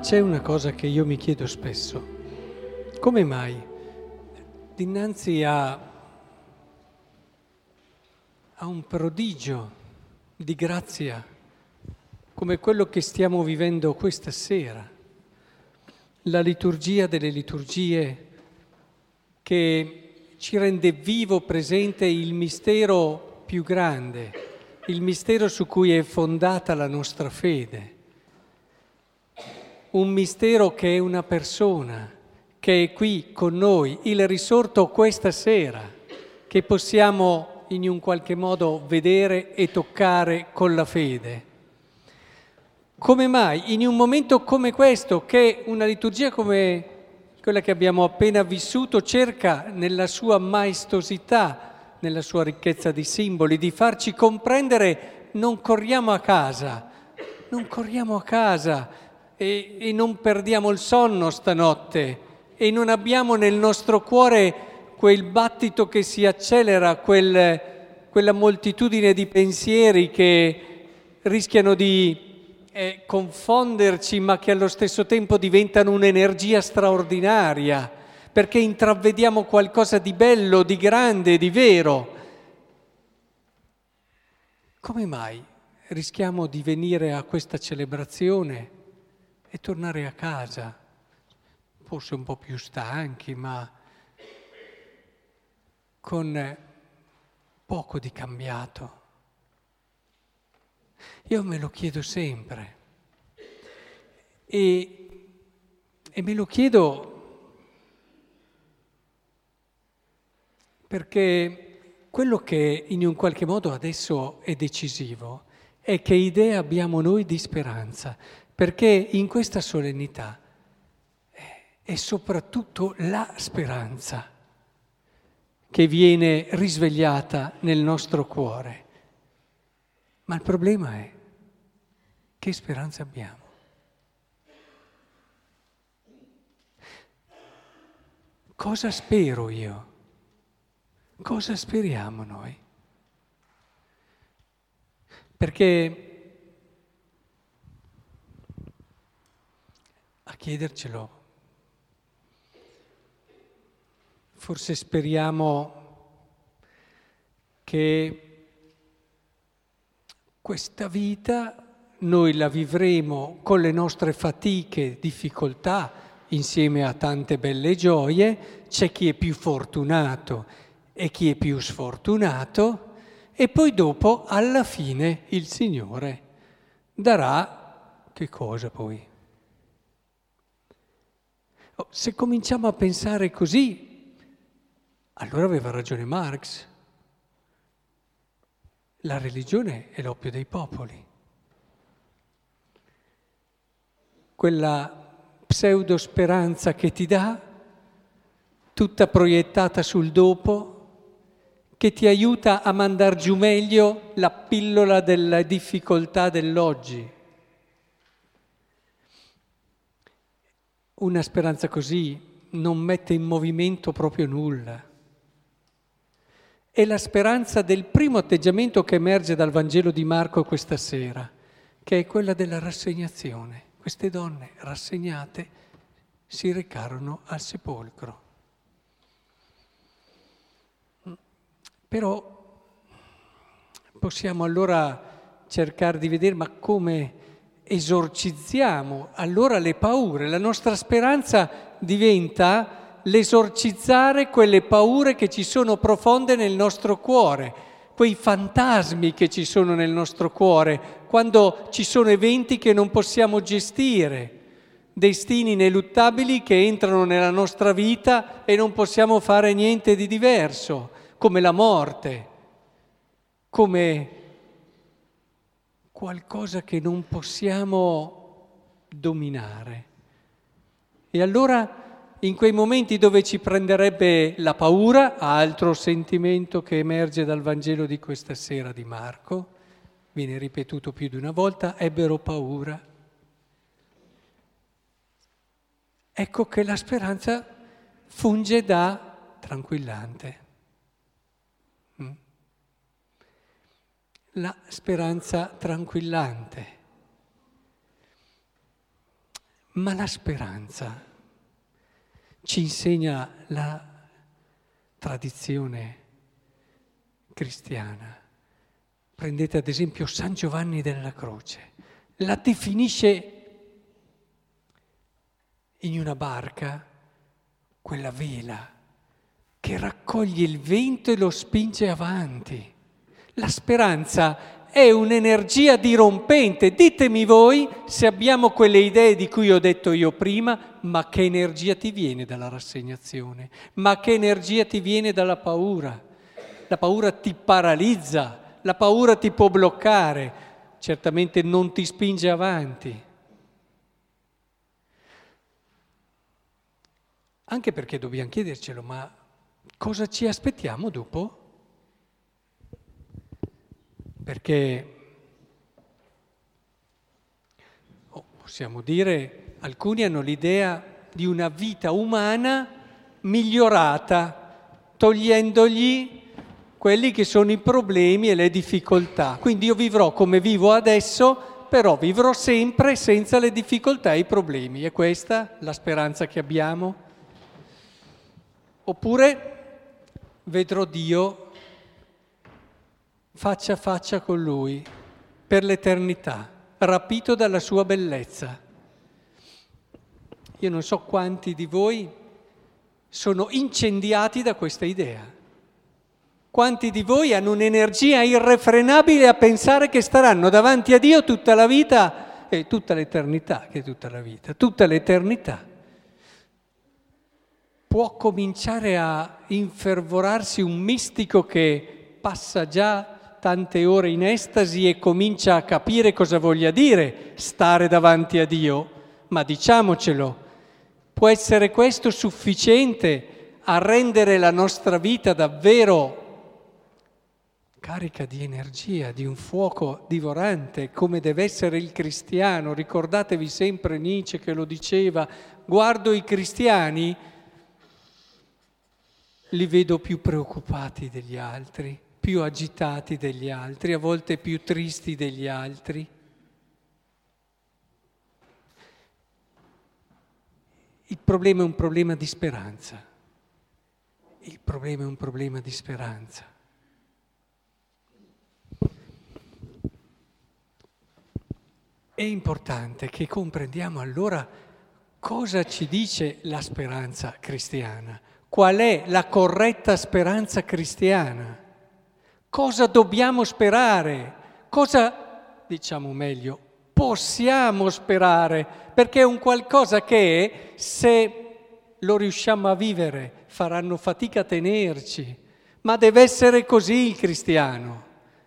C'è una cosa che io mi chiedo spesso: come mai dinanzi a un prodigio di grazia come quello che stiamo vivendo questa sera, la liturgia delle liturgie che ci rende vivo, presente il mistero più grande, il mistero su cui è fondata la nostra fede, un mistero che è una persona, che è qui con noi, il risorto questa sera, che possiamo in un qualche modo vedere e toccare con la fede. Come mai in un momento come questo, che una liturgia come quella che abbiamo appena vissuto cerca nella sua maestosità, nella sua ricchezza di simboli, di farci comprendere, non corriamo a casa e non perdiamo il sonno stanotte e non abbiamo nel nostro cuore quel battito che si accelera, quella moltitudine di pensieri che rischiano di confonderci, ma che allo stesso tempo diventano un'energia straordinaria, perché intravediamo qualcosa di bello, di grande, di vero. Come mai rischiamo di venire a questa celebrazione e tornare a casa, forse un po' più stanchi, ma con poco di cambiato? Io me lo chiedo sempre e me lo chiedo perché quello che in un qualche modo adesso è decisivo è che idea abbiamo noi di speranza, perché in questa solennità è soprattutto la speranza che viene risvegliata nel nostro cuore. Ma il problema è: che speranza abbiamo? Cosa spero io? Cosa speriamo noi? Perché a chiedercelo, forse speriamo che questa vita noi la vivremo con le nostre fatiche, difficoltà, insieme a tante belle gioie. C'è chi è più fortunato e chi è più sfortunato, e poi dopo, alla fine, il Signore darà che cosa poi? Se cominciamo a pensare così, allora aveva ragione Marx. La religione è l'oppio dei popoli. Quella pseudo-speranza che ti dà, tutta proiettata sul dopo, che ti aiuta a mandar giù meglio la pillola della difficoltà dell'oggi. Una speranza così non mette in movimento proprio nulla. È la speranza del primo atteggiamento che emerge dal Vangelo di Marco questa sera, che è quella della rassegnazione. Queste donne rassegnate si recarono al sepolcro. Però possiamo allora cercare di vedere, ma come esorcizziamo allora le paure? La nostra speranza diventa l'esorcizzare quelle paure che ci sono profonde nel nostro cuore, quei fantasmi che ci sono nel nostro cuore, quando ci sono eventi che non possiamo gestire, destini ineluttabili che entrano nella nostra vita e non possiamo fare niente di diverso, come la morte, come qualcosa che non possiamo dominare. E allora, in quei momenti dove ci prenderebbe la paura, altro sentimento che emerge dal Vangelo di questa sera di Marco, viene ripetuto più di una volta, ebbero paura. Ecco che la speranza funge da tranquillante. La speranza tranquillante. Ma la speranza ci insegna la tradizione cristiana. Prendete ad esempio San Giovanni della Croce, la definisce in una barca, quella vela che raccoglie il vento e lo spinge avanti. La speranza è un'energia dirompente. Ditemi voi se abbiamo quelle idee di cui ho detto io prima, ma che energia ti viene dalla rassegnazione? Ma che energia ti viene dalla paura? La paura ti paralizza, la paura ti può bloccare, certamente non ti spinge avanti. Anche perché dobbiamo chiedercelo, ma cosa ci aspettiamo dopo? Perché possiamo dire, alcuni hanno l'idea di una vita umana migliorata, togliendogli quelli che sono i problemi e le difficoltà. Quindi io vivrò come vivo adesso, però vivrò sempre senza le difficoltà e i problemi. È questa la speranza che abbiamo? Oppure vedrò Dio faccia a faccia con Lui per l'eternità, rapito dalla sua bellezza. Io non so quanti di voi sono incendiati da questa idea. Quanti di voi hanno un'energia irrefrenabile a pensare che staranno davanti a Dio tutta la vita e tutta l'eternità, che è tutta la vita, tutta l'eternità. Può cominciare a infervorarsi un mistico che passa già tante ore in estasi e comincia a capire cosa voglia dire stare davanti a Dio, ma diciamocelo, può essere questo sufficiente a rendere la nostra vita davvero carica di energia, di un fuoco divorante, come deve essere il cristiano. Ricordatevi sempre Nietzsche che lo diceva, guardo i cristiani, li vedo più preoccupati degli altri, più agitati degli altri, a volte più tristi degli altri. Il problema è un problema di speranza. Il problema è un problema di speranza. È importante che comprendiamo allora cosa ci dice la speranza cristiana. Qual è la corretta speranza cristiana? Cosa dobbiamo sperare? Cosa, diciamo meglio, possiamo sperare? Perché è un qualcosa che, se lo riusciamo a vivere, faranno fatica a tenerci. Ma deve essere così il cristiano.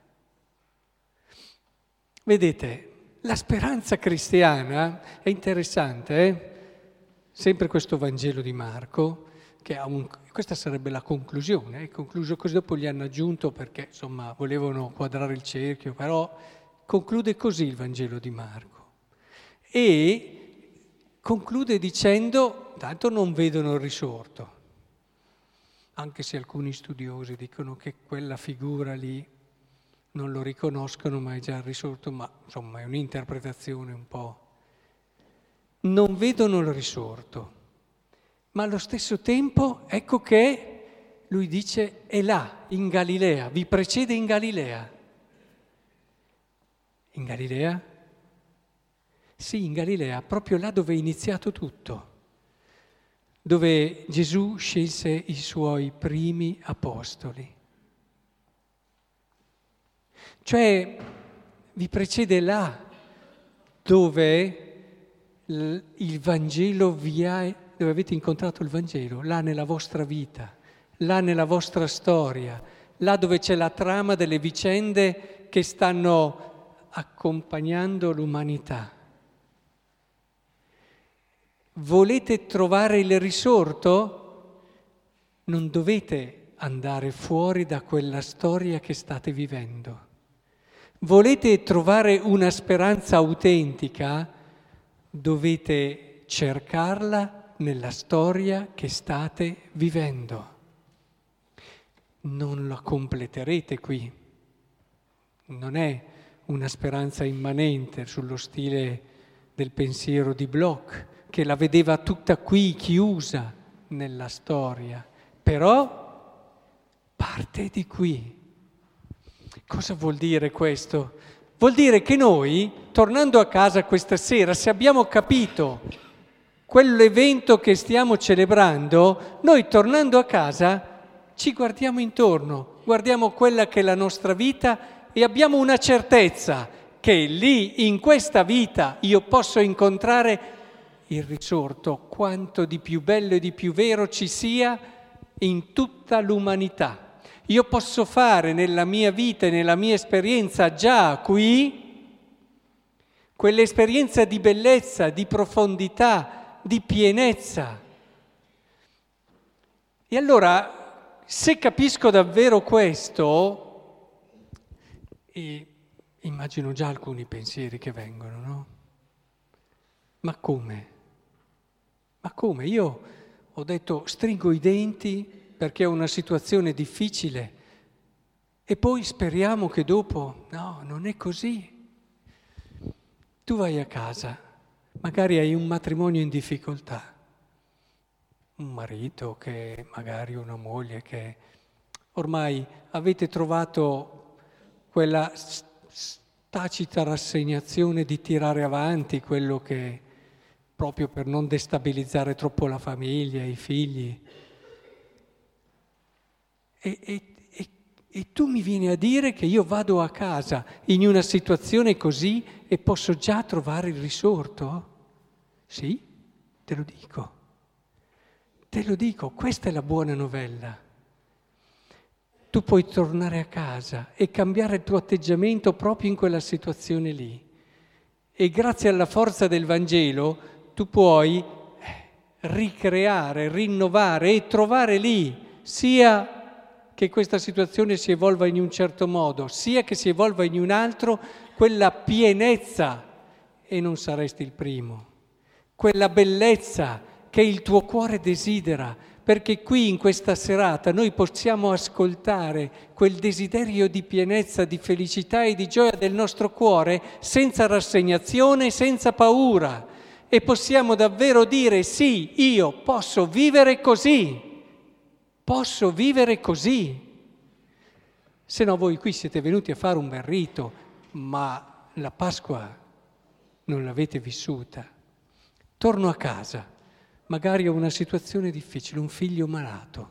Vedete, la speranza cristiana è interessante, Sempre questo Vangelo di Marco, che ha questa sarebbe la conclusione, è concluso così, dopo gli hanno aggiunto perché insomma volevano quadrare il cerchio, però conclude così il Vangelo di Marco e conclude dicendo, tanto non vedono il risorto, anche se alcuni studiosi dicono che quella figura lì non lo riconoscono, ma è già il risorto, ma insomma è un'interpretazione un po'. Non vedono il risorto. Ma allo stesso tempo, ecco che lui dice, è là, in Galilea, vi precede in Galilea. In Galilea? Sì, in Galilea, proprio là dove è iniziato tutto, dove Gesù scelse i suoi primi apostoli. Cioè, vi precede là, dove il Vangelo dove avete incontrato il Vangelo, là nella vostra vita, là nella vostra storia, là dove c'è la trama delle vicende che stanno accompagnando l'umanità. Volete trovare il risorto? Non dovete andare fuori da quella storia che state vivendo. Volete trovare una speranza autentica? Dovete cercarla nella storia che state vivendo. Non la completerete qui. Non è una speranza immanente sullo stile del pensiero di Bloch. che la vedeva tutta qui, chiusa nella storia, però parte di qui. Cosa vuol dire questo? Vuol dire che noi, tornando a casa questa sera, se abbiamo capito quell'evento che stiamo celebrando, noi tornando a casa ci guardiamo intorno, guardiamo quella che è la nostra vita e abbiamo una certezza che lì, in questa vita, io posso incontrare il risorto, quanto di più bello e di più vero ci sia in tutta l'umanità. Io posso fare nella mia vita e nella mia esperienza già qui quell'esperienza di bellezza, di profondità, di pienezza. E allora, se capisco davvero questo, immagino già alcuni pensieri che vengono, no? Ma come? Ma come? Io ho detto stringo i denti perché è una situazione difficile e poi speriamo che dopo... No, non è così. Tu vai a casa, magari hai un matrimonio in difficoltà, un marito che magari una moglie che ormai avete trovato quella tacita rassegnazione di tirare avanti quello che, proprio per non destabilizzare troppo la famiglia, i figli. E tu mi vieni a dire che io vado a casa in una situazione così e posso già trovare il risorto? Sì, te lo dico. Te lo dico, questa è la buona novella. Tu puoi tornare a casa e cambiare il tuo atteggiamento proprio in quella situazione lì. E grazie alla forza del Vangelo tu puoi ricreare, rinnovare e trovare lì sia che questa situazione si evolva in un certo modo, sia che si evolva in un altro, quella pienezza, e non saresti il primo, quella bellezza che il tuo cuore desidera, perché qui in questa serata noi possiamo ascoltare quel desiderio di pienezza, di felicità e di gioia del nostro cuore senza rassegnazione, senza paura, e possiamo davvero dire sì, io posso vivere così. Posso vivere così. Se no voi qui siete venuti a fare un bel rito, ma la Pasqua non l'avete vissuta. Torno a casa, magari ho una situazione difficile, un figlio malato,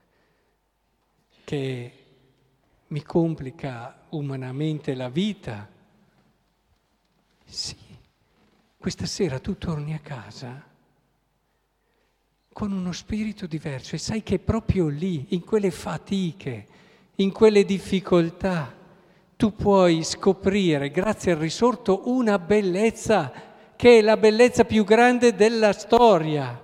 che mi complica umanamente la vita. Sì, questa sera tu torni a casa con uno spirito diverso e sai che proprio lì, in quelle fatiche, in quelle difficoltà, tu puoi scoprire, grazie al risorto, una bellezza che è la bellezza più grande della storia.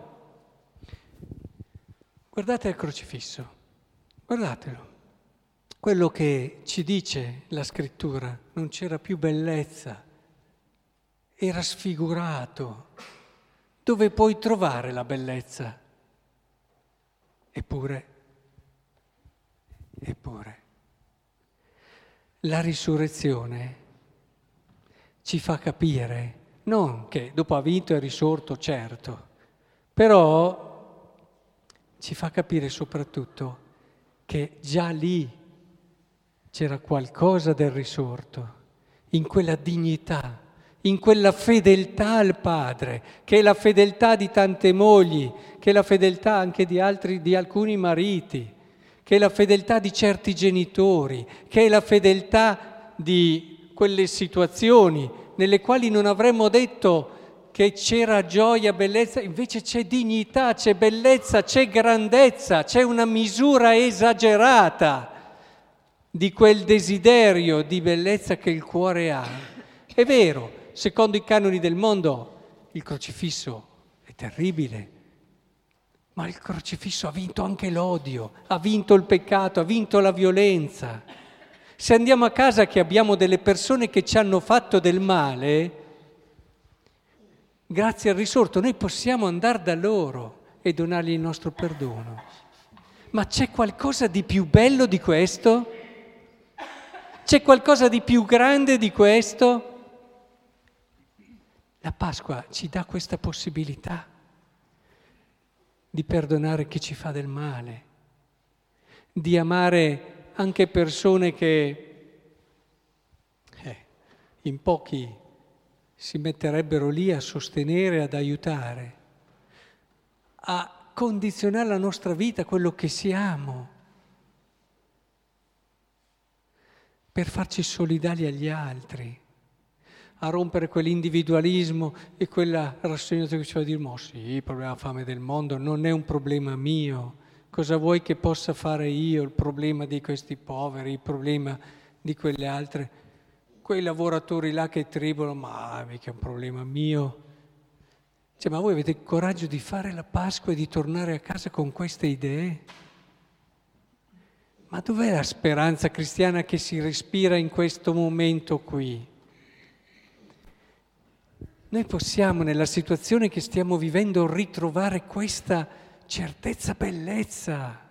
Guardate il crocifisso, guardatelo. Quello che ci dice la scrittura, non c'era più bellezza, era sfigurato. Dove puoi trovare la bellezza? Eppure, la risurrezione ci fa capire, non che dopo ha vinto è risorto, certo, però ci fa capire soprattutto che già lì c'era qualcosa del risorto, in quella dignità, in quella fedeltà al Padre, che è la fedeltà di tante mogli, che è la fedeltà anche di alcuni mariti, che è la fedeltà di certi genitori, che è la fedeltà di quelle situazioni nelle quali non avremmo detto che c'era gioia, bellezza, invece c'è dignità, c'è bellezza, c'è grandezza, c'è una misura esagerata di quel desiderio di bellezza che il cuore ha. È vero. Secondo i canoni del mondo il crocifisso è terribile, ma il crocifisso ha vinto anche l'odio, ha vinto il peccato, ha vinto la violenza. Se andiamo a casa che abbiamo delle persone che ci hanno fatto del male, grazie al risorto noi possiamo andare da loro e donargli il nostro perdono. Ma c'è qualcosa di più bello di questo? C'è qualcosa di più grande di questo? La Pasqua ci dà questa possibilità di perdonare chi ci fa del male, di amare anche persone che in pochi si metterebbero lì a sostenere, ad aiutare, a condizionare la nostra vita, quello che siamo, per farci solidali agli altri, a rompere quell'individualismo e quella rassegnazione che ci fa dire, ma sì, il problema della fame del mondo non è un problema mio, cosa vuoi che possa fare io, il problema di questi poveri, il problema di quelle altre, quei lavoratori là che tribolano, ma mica è un problema mio. Cioè, ma voi avete il coraggio di fare la Pasqua e di tornare a casa con queste idee? Ma dov'è la speranza cristiana che si respira in questo momento qui? Noi possiamo, nella situazione che stiamo vivendo, ritrovare questa certezza, bellezza.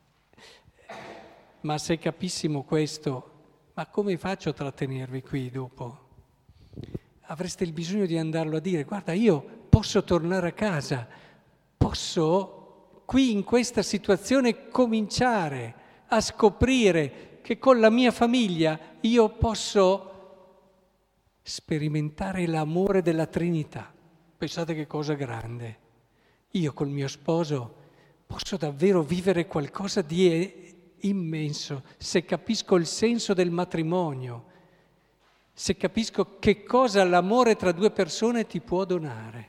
Ma se capissimo questo, ma come faccio a trattenervi qui dopo? Avreste il bisogno di andarlo a dire, guarda, io posso tornare a casa, posso qui in questa situazione cominciare a scoprire che con la mia famiglia io posso sperimentare l'amore della Trinità. Pensate che cosa grande. Io col mio sposo posso davvero vivere qualcosa di immenso se capisco il senso del matrimonio, se capisco che cosa l'amore tra due persone ti può donare.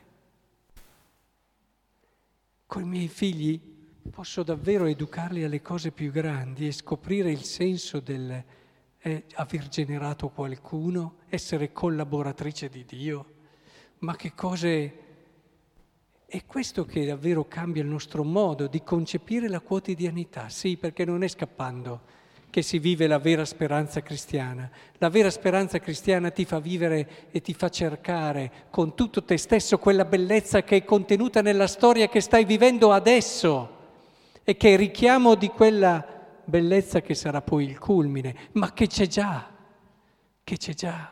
Con i miei figli posso davvero educarli alle cose più grandi e scoprire il senso del aver generato qualcuno, essere collaboratrice di Dio. Ma che cose... È questo che davvero cambia il nostro modo di concepire la quotidianità. Sì, perché non è scappando che si vive la vera speranza cristiana. La vera speranza cristiana ti fa vivere e ti fa cercare con tutto te stesso quella bellezza che è contenuta nella storia che stai vivendo adesso e che è richiamo di quella bellezza che sarà poi il culmine, ma che c'è già, che c'è già.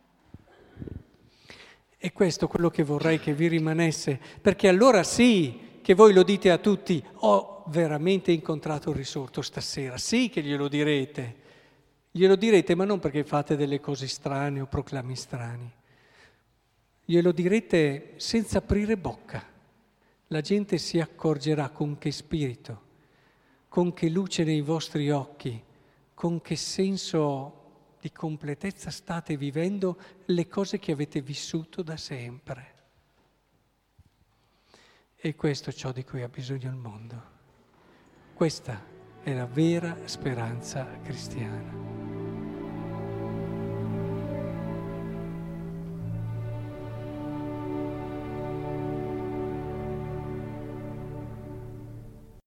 E questo è quello che vorrei che vi rimanesse, perché allora sì che voi lo dite a tutti, ho veramente incontrato il risorto stasera, sì che glielo direte ma non perché fate delle cose strane o proclami strani, glielo direte senza aprire bocca, la gente si accorgerà con che spirito, con che luce nei vostri occhi, con che senso di completezza state vivendo le cose che avete vissuto da sempre. E questo è ciò di cui ha bisogno il mondo. Questa è la vera speranza cristiana.